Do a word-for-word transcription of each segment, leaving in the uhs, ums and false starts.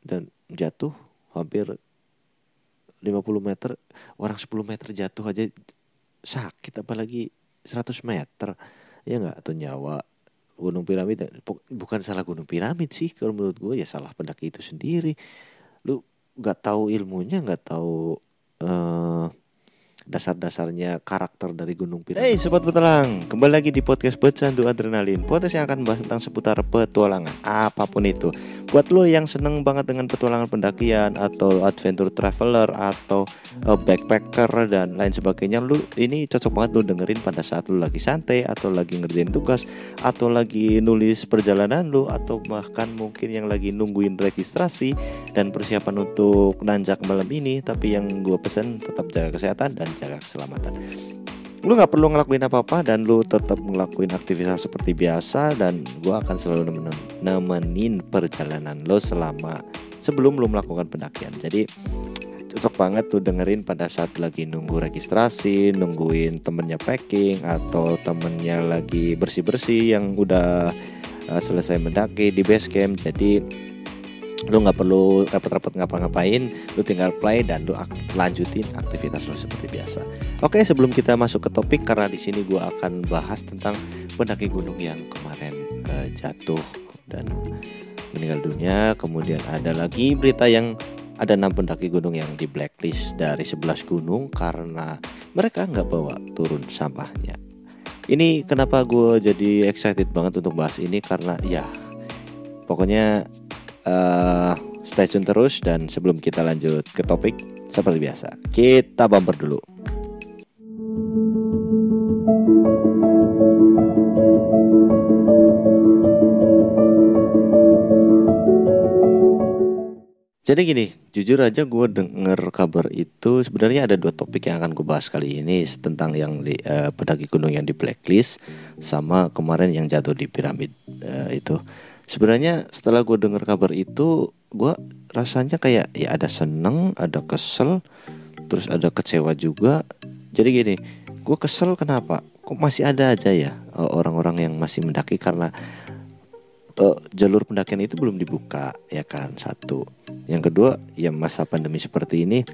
dan jatuh hampir lima puluh meter. Orang sepuluh meter jatuh aja sakit, apalagi seratus meter. Ya nggak, atau nyawa. Gunung Piramid bukan salah Gunung Piramid sih kalau menurut gue, ya salah pendaki itu sendiri. Lu nggak tahu ilmunya, nggak tahu uh, dasar-dasarnya karakter dari Gunung Piramid. Hey sobat petualang, kembali lagi di podcast Pecandu Adrenalin, podcast yang akan membahas tentang seputar petualangan apapun itu. Buat lo yang seneng banget dengan petualangan pendakian, atau adventure traveler, atau uh, backpacker dan lain sebagainya, lu ini cocok banget lu dengerin pada saat lu lagi santai, atau lagi ngerjain tugas, atau lagi nulis perjalanan lu, atau bahkan mungkin yang lagi nungguin registrasi dan persiapan untuk nanjak malam ini. Tapi yang gue pesen, tetap jaga kesehatan dan jaga keselamatan. Lu gak perlu ngelakuin apa-apa dan lu tetap ngelakuin aktivitas seperti biasa, dan gue akan selalu nemenin, nemenin perjalanan lo selama sebelum lu melakukan pendakian. Jadi cocok banget tuh dengerin pada saat lagi nunggu registrasi, nungguin temennya packing, atau temennya lagi bersih-bersih yang udah uh, selesai mendaki di base camp. Jadi lu nggak perlu repot-repot ngapa-ngapain, lu tinggal play dan lu ak- lanjutin aktivitas lu seperti biasa. Oke, sebelum kita masuk ke topik, karena di sini gue akan bahas tentang pendaki gunung yang kemarin uh, jatuh dan meninggal dunia. Kemudian ada lagi berita yang ada enam pendaki gunung yang di blacklist dari sebelas gunung karena mereka nggak bawa turun sampahnya. Ini kenapa gue jadi excited banget untuk bahas ini, karena ya pokoknya Uh, stay tune terus. Dan sebelum kita lanjut ke topik, seperti biasa kita bumper dulu. Jadi gini, jujur aja gue denger kabar itu, sebenarnya ada dua topik yang akan gue bahas kali ini, tentang yang di, uh, pendaki gunung yang di blacklist, sama kemarin yang jatuh di piramid uh, itu. Sebenarnya setelah gue dengar kabar itu, gue rasanya kayak ya ada seneng, ada kesel, terus ada kecewa juga. Jadi gini, gue kesel kenapa? Kok masih ada aja ya orang-orang yang masih mendaki, karena uh, jalur pendakian itu belum dibuka, ya kan, satu. Yang kedua, ya masa pandemi seperti ini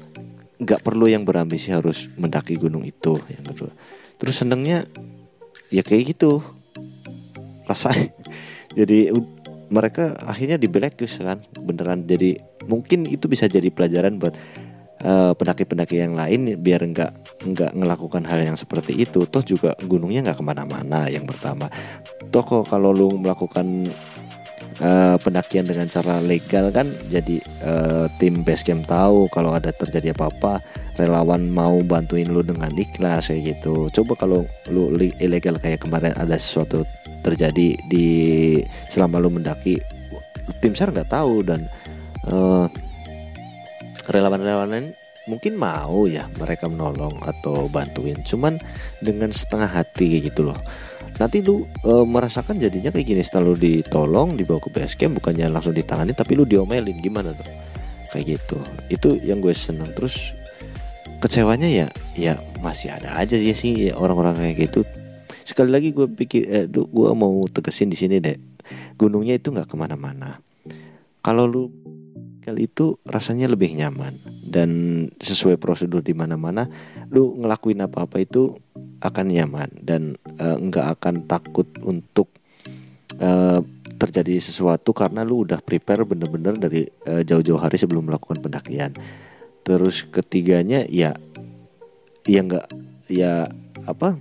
gak perlu yang berambisi harus mendaki gunung itu, yang kedua. Terus senengnya ya kayak gitu rasanya. Jadi mereka akhirnya di blacklist kan, beneran. Jadi mungkin itu bisa jadi pelajaran buat uh, pendaki-pendaki yang lain, biar nggak nggak ngelakukan hal yang seperti itu. Toh juga gunungnya nggak kemana-mana, yang pertama. Toh kok kalau lu melakukan uh, pendakian dengan cara legal kan, jadi uh, tim basecamp tahu kalau ada terjadi apa-apa, relawan mau bantuin lu dengan ikhlas kayak gitu. Coba kalau lu ilegal kayak kemarin, ada sesuatu terjadi di selama lu mendaki, tim S A R nggak tahu, dan uh, relawan-relawan mungkin mau ya mereka menolong atau bantuin, cuman dengan setengah hati kayak gitu loh. Nanti lu uh, merasakan jadinya kayak gini, setelah lu ditolong dibawa ke base camp, bukannya langsung ditangani tapi lu diomelin, gimana tuh kayak gitu. Itu yang gue seneng. Terus kecewanya ya ya masih ada aja ya sih orang-orang kayak gitu. Sekali lagi gue pikir, eh, gue mau tegesin di sini deh, gunungnya itu nggak kemana-mana. Kalau lu kali itu rasanya lebih nyaman dan sesuai prosedur di mana-mana, lu ngelakuin apa-apa itu akan nyaman dan uh, nggak akan takut untuk uh, terjadi sesuatu, karena lu udah prepare bener-bener dari uh, jauh-jauh hari sebelum melakukan pendakian. Terus ketiganya ya, ya nggak ya apa?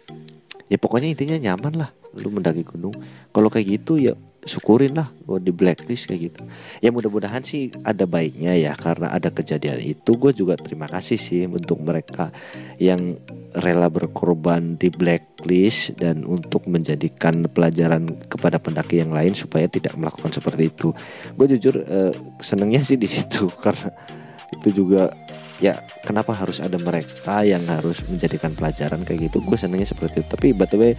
Ya pokoknya intinya nyaman lah lu mendaki gunung. Kalau kayak gitu ya syukurin lah gue di blacklist kayak gitu. Ya mudah-mudahan sih ada baiknya ya, karena ada kejadian itu. Gue juga terima kasih sih untuk mereka yang rela berkorban di blacklist, dan untuk menjadikan pelajaran kepada pendaki yang lain supaya tidak melakukan seperti itu. Gue jujur eh, senengnya sih di situ, karena itu juga ya kenapa harus ada mereka yang harus menjadikan pelajaran kayak gitu. Gue senengnya seperti itu. Tapi by the way,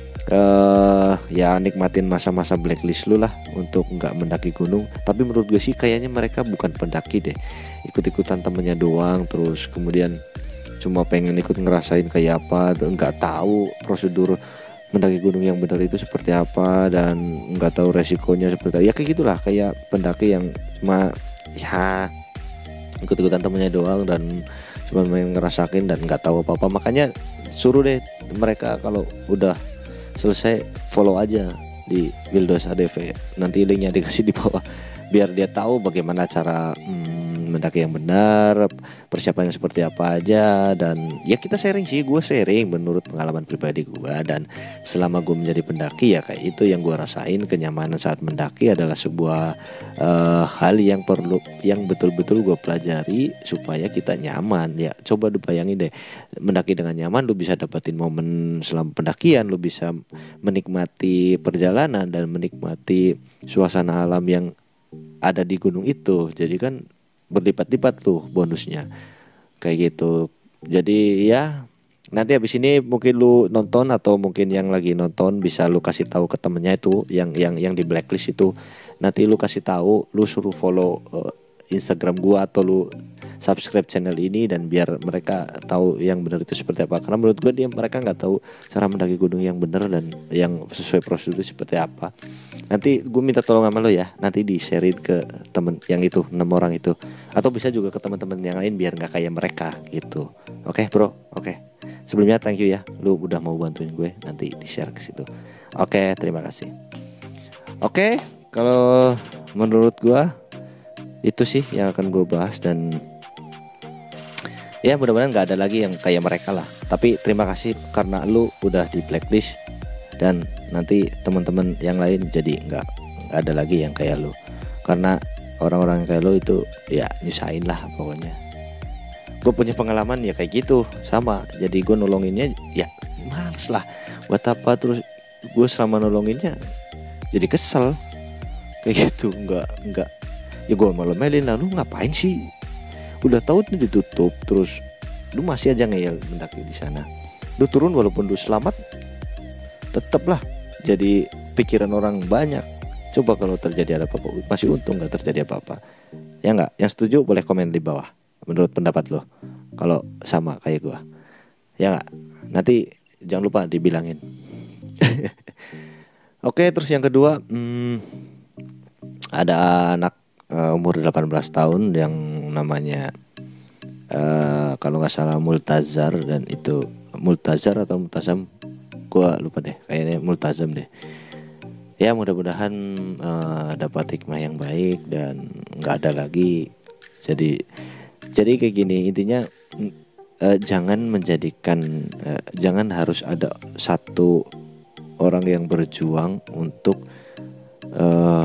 uh, ya nikmatin masa-masa blacklist lu lah untuk nggak mendaki gunung. Tapi menurut gue sih kayaknya mereka bukan pendaki deh, ikut-ikutan temennya doang, terus kemudian cuma pengen ikut ngerasain kayak apa, nggak tahu prosedur mendaki gunung yang benar itu seperti apa dan nggak tahu resikonya seperti apa. Ya kayak gitulah, kayak pendaki yang cuma ya ikut-ikutan temennya doang dan cuma main ngerasakin dan nggak tahu apa-apa. Makanya suruh deh mereka kalau udah selesai follow aja di Wildos A D V, nanti linknya dikasih di bawah biar dia tahu bagaimana cara hmm, mendaki yang benar, persiapannya seperti apa aja. Dan ya kita sharing sih, gue sharing menurut pengalaman pribadi gue, dan selama gue menjadi pendaki ya kayak itu yang gue rasain. Kenyamanan saat mendaki adalah sebuah uh, hal yang perlu, yang betul-betul gue pelajari supaya kita nyaman. Ya coba dibayangin deh, mendaki dengan nyaman, lu bisa dapetin momen selama pendakian, lu bisa menikmati perjalanan dan menikmati suasana alam yang ada di gunung itu. Jadi kan berlipat-lipat tuh bonusnya kayak gitu. Jadi ya nanti habis ini mungkin lu nonton, atau mungkin yang lagi nonton bisa lu kasih tahu ke temennya itu yang yang yang di blacklist itu. Nanti lu kasih tahu, lu suruh follow uh, Instagram gua atau lu subscribe channel ini, dan biar mereka tahu yang benar itu seperti apa. Karena menurut gua dia mereka nggak tahu cara mendaki gunung yang benar dan yang sesuai prosedur seperti apa. Nanti gue minta tolong sama lo ya, nanti di sharein ke temen yang itu, enam orang itu, atau bisa juga ke teman-teman yang lain biar nggak kayak mereka gitu. Oke bro, oke. Sebelumnya thank you ya, lu udah mau bantuin gue, nanti di share ke situ. Oke, terima kasih. Oke, kalau menurut gue itu sih yang akan gue bahas, dan ya mudah-mudahan nggak ada lagi yang kayak mereka lah. Tapi terima kasih karena lu udah di blacklist, dan nanti teman-teman yang lain jadi nggak nggak ada lagi yang kayak lu. Karena orang-orang kayak lu itu ya nyusahin lah pokoknya. Gue punya pengalaman ya kayak gitu sama. Jadi gue nolonginnya ya males lah. Buat apa terus gue selama nolonginnya jadi kesel kayak gitu. Nggak nggak ya gue malah melin lah, lu ngapain sih? Udah tahu ini ditutup terus lu masih aja ngeyel mendaki di sana. Lu turun walaupun lu selamat, tetaplah jadi pikiran orang banyak. Coba kalau terjadi ada apa-apa, masih untung nggak terjadi apa-apa. Ya nggak? Yang setuju boleh komen di bawah. Menurut pendapat lo, kalau sama kayak gua, ya nggak? Nanti jangan lupa dibilangin. Oke, terus yang kedua, hmm, ada anak uh, umur delapan belas tahun yang namanya uh, kalau nggak salah Multazar, dan itu Multazar atau Multazam, gua lupa deh, kayaknya Multazam deh. Ya mudah-mudahan uh, dapat hikmah yang baik dan nggak ada lagi. Jadi jadi kayak gini intinya, uh, jangan menjadikan uh, jangan harus ada satu orang yang berjuang untuk uh,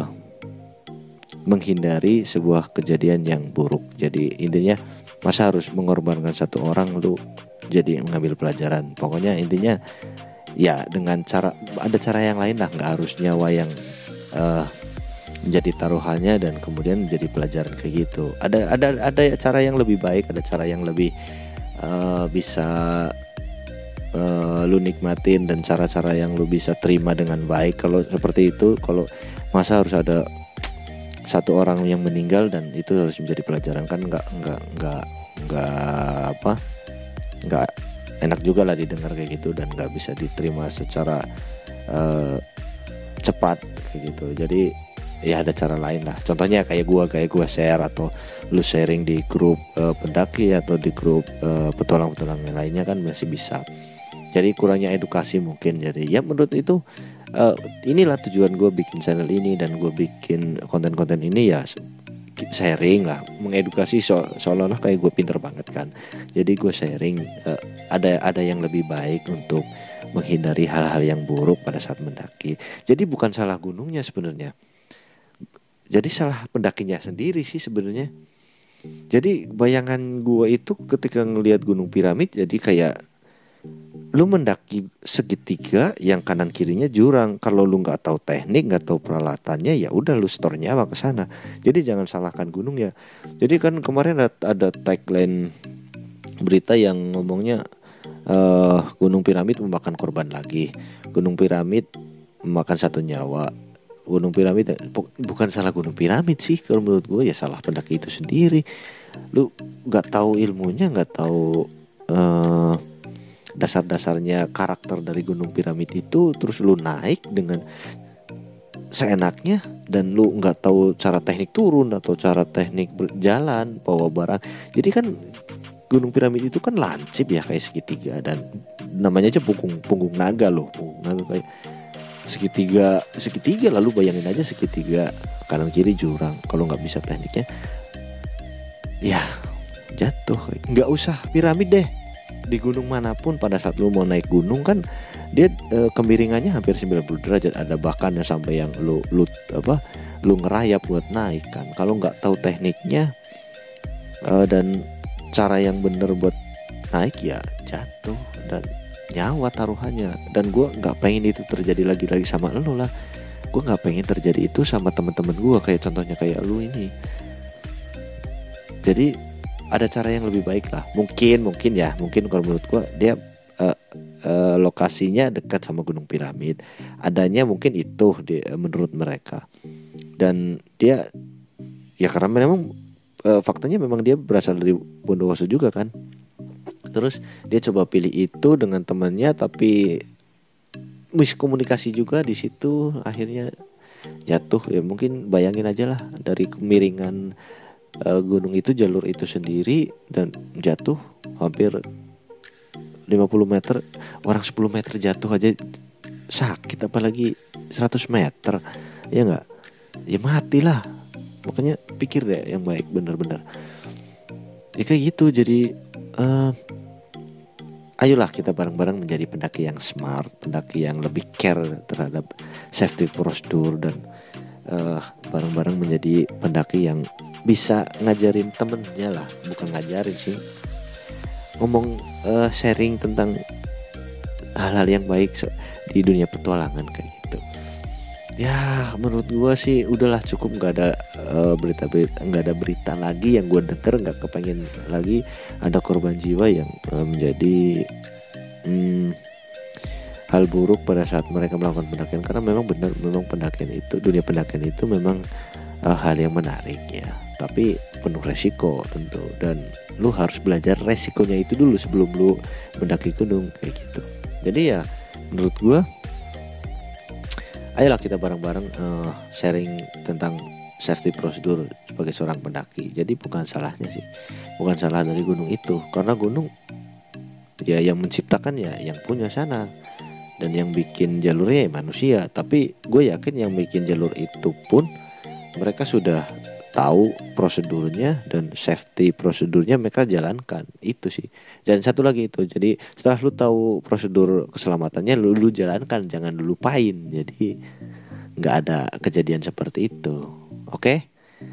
menghindari sebuah kejadian yang buruk. Jadi intinya masa harus mengorbankan satu orang lu jadi mengambil pelajaran. Pokoknya intinya ya dengan cara, ada cara yang lain lah, nggak harus nyawa yang uh, menjadi taruhannya dan kemudian menjadi pelajaran kayak gitu. Ada ada ada cara yang lebih baik, ada cara yang lebih uh, bisa uh, lu nikmatin, dan cara-cara yang lu bisa terima dengan baik. Kalau seperti itu, kalau masa harus ada satu orang yang meninggal dan itu harus menjadi pelajaran, kan nggak nggak nggak nggak apa nggak enak juga lah didengar kayak gitu, dan nggak bisa diterima secara uh, cepat kayak gitu. Jadi ya ada cara lain lah. Contohnya kayak gua kayak gua share, atau lu sharing di grup uh, pendaki atau di grup uh, petualang-petualang yang lainnya kan masih bisa. Jadi kurangnya edukasi mungkin. Jadi ya menurut itu uh, inilah tujuan gue bikin channel ini dan gue bikin konten-konten ini, ya sharing lah, mengedukasi so- seolah-olah kayak gue pinter banget kan. Jadi gue sharing uh, ada ada yang lebih baik untuk menghindari hal-hal yang buruk pada saat mendaki. Jadi bukan salah gunungnya sebenarnya, jadi salah pendakinya sendiri sih sebenarnya. Jadi bayangan gue itu ketika ngelihat Gunung Piramid, jadi kayak lu mendaki segitiga yang kanan kirinya jurang. Kalau lu nggak tahu teknik, nggak tahu peralatannya, ya udah lu store nyawa ke sana. Jadi jangan salahkan gunung ya. Jadi kan kemarin ada, ada tagline berita yang ngomongnya uh, Gunung Piramid memakan korban lagi. Gunung Piramid memakan satu nyawa. Gunung Piramid bukan salah Gunung Piramid sih kalau menurut gue, ya salah pendaki itu sendiri. Lu nggak tahu ilmunya, nggak tahu uh, dasar-dasarnya karakter dari Gunung Piramid itu, terus lu naik dengan seenaknya dan lu nggak tahu cara teknik turun atau cara teknik berjalan bawa barang. Jadi kan Gunung Piramid itu kan lancip ya, kayak segitiga, dan namanya aja punggung punggung naga loh, punggung naga kayak segitiga segitiga lalu bayangin aja segitiga kanan kiri jurang. Kalau nggak bisa tekniknya ya jatuh. Nggak usah piramid deh, di gunung manapun pada saat lu mau naik gunung kan dia e, kemiringannya hampir sembilan puluh derajat, ada bahkan yang sampai yang lu lu apa lu ngerayap buat naik kan. Kalau nggak tahu tekniknya e, dan cara yang bener buat naik ya jatuh dan nyawa taruhannya. Dan gue nggak pengen itu terjadi lagi-lagi sama lo lah. Gue nggak pengen terjadi itu sama teman-teman gue, kayak contohnya kayak lu ini. Jadi ada cara yang lebih baik lah. Mungkin mungkin ya mungkin kalau menurut gue dia uh, uh, lokasinya dekat sama Gunung Piramid, adanya mungkin itu di, uh, menurut mereka. Dan dia ya karena memang uh, faktanya memang dia berasal dari Bondowoso juga kan. Terus dia coba pilih itu dengan temannya, tapi miskomunikasi juga di situ, akhirnya jatuh. Ya mungkin bayangin aja lah dari kemiringan uh, gunung itu, jalur itu sendiri, dan jatuh hampir lima puluh meter. Orang sepuluh meter jatuh aja sakit, apalagi seratus meter. Ya enggak? Ya matilah. Makanya pikir deh yang baik, bener-bener. Ya kayak gitu. Jadi uh, ayolah kita bareng-bareng menjadi pendaki yang smart, pendaki yang lebih care terhadap safety prosedur, dan uh, bareng-bareng menjadi pendaki yang bisa ngajarin temennya lah, bukan ngajarin sih, ngomong uh, sharing tentang hal-hal yang baik di dunia petualangan kayak gitu. Ya menurut gua sih udahlah cukup, nggak ada uh, berita-berita, nggak ada berita lagi yang gua denger. Nggak kepengen lagi ada korban jiwa yang uh, menjadi hmm, hal buruk pada saat mereka melakukan pendakian. Karena memang benar, memang pendakian itu, dunia pendakian itu memang uh, hal yang menarik ya, tapi penuh resiko tentu, dan lu harus belajar resikonya itu dulu sebelum lu mendaki gunung kayak gitu. Jadi ya menurut gua ayolah kita bareng-bareng uh, sharing tentang safety prosedur sebagai seorang pendaki. Jadi bukan salahnya sih, bukan salah dari gunung itu, karena gunung ya yang menciptakan ya yang punya sana, dan yang bikin jalurnya ya manusia. Tapi gue yakin yang bikin jalur itu pun mereka sudah tahu prosedurnya, dan safety prosedurnya mereka jalankan itu sih. Dan satu lagi itu, jadi setelah lu tahu prosedur keselamatannya, lu, lu jalankan, jangan lu lupain. Jadi nggak ada kejadian seperti itu. Oke?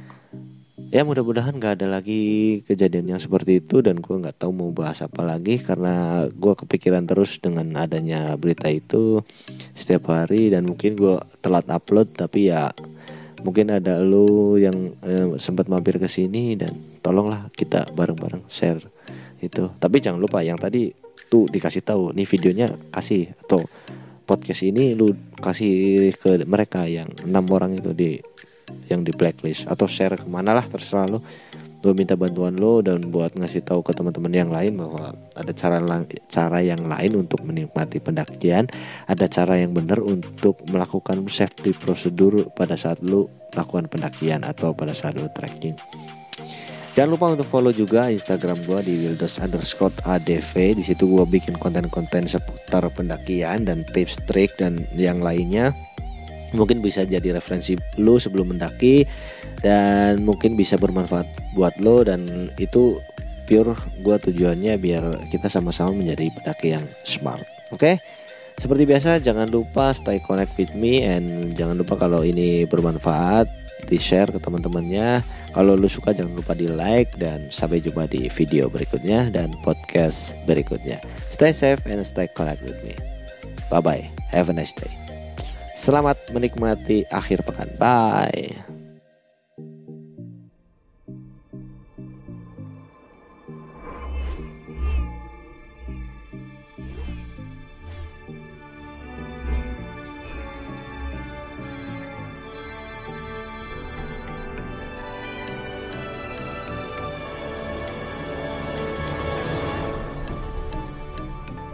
Ya mudah-mudahan nggak ada lagi kejadian yang seperti itu, dan gue nggak tahu mau bahas apa lagi karena gue kepikiran terus dengan adanya berita itu setiap hari, dan mungkin gue telat upload. Tapi ya mungkin ada lu yang eh, sempat mampir ke sini, dan tolonglah kita bareng-bareng share itu. Tapi jangan lupa yang tadi tuh dikasih tahu, nih videonya kasih, atau podcast ini lu kasih ke mereka yang enam orang itu di yang di blacklist, atau share kemana lah terserah lu. Gue minta bantuan lo dan buat ngasih tahu ke teman-teman yang lain bahwa ada cara cara yang lain untuk menikmati pendakian, ada cara yang benar untuk melakukan safety prosedur pada saat lo melakukan pendakian atau pada saat lo trekking. Jangan lupa untuk follow juga Instagram gue di wildos underscore adv. Di situ gue bikin konten-konten seputar pendakian dan tips trik dan yang lainnya. Mungkin bisa jadi referensi lo sebelum mendaki, dan mungkin bisa bermanfaat buat lo. Dan itu pure gue tujuannya biar kita sama-sama menjadi pendaki yang smart. Oke, okay? Seperti biasa jangan lupa stay connect with me, and jangan lupa kalau ini bermanfaat di share ke teman-temannya. Kalau lo suka jangan lupa di like, dan sampai jumpa di video berikutnya dan podcast berikutnya. Stay safe and stay connect with me. Bye bye, have a nice day. Selamat menikmati akhir pekan. Bye.